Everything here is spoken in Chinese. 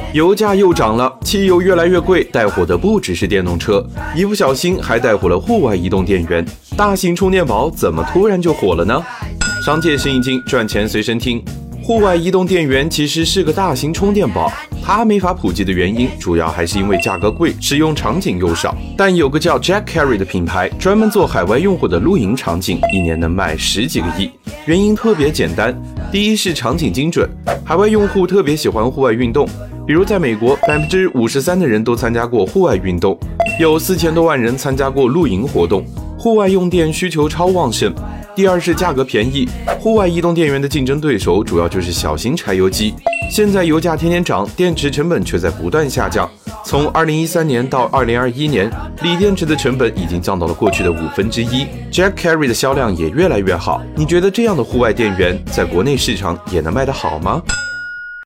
油价又涨了，汽油越来越贵，带火的不只是电动车，一不小心还带火了户外移动电源。大型充电宝怎么突然就火了呢？商界生意经，赚钱随身听。户外移动电源其实是个大型充电宝，它没法普及的原因，主要还是因为价格贵，使用场景又少。但有个叫 Jack Carry 的品牌，专门做海外用户的露营场景，一年能卖10几个亿。原因特别简单，第一是场景精准，海外用户特别喜欢户外运动，比如在美国，53%的人都参加过户外运动，有4000多万人参加过露营活动，户外用电需求超旺盛。第二是价格便宜，户外移动电源的竞争对手主要就是小型柴油机。现在油价天天涨，电池成本却在不断下降。从2013年到2021年，锂电池的成本已经降到了过去的1/5。Jack Carry 的销量也越来越好。你觉得这样的户外电源在国内市场也能卖得好吗？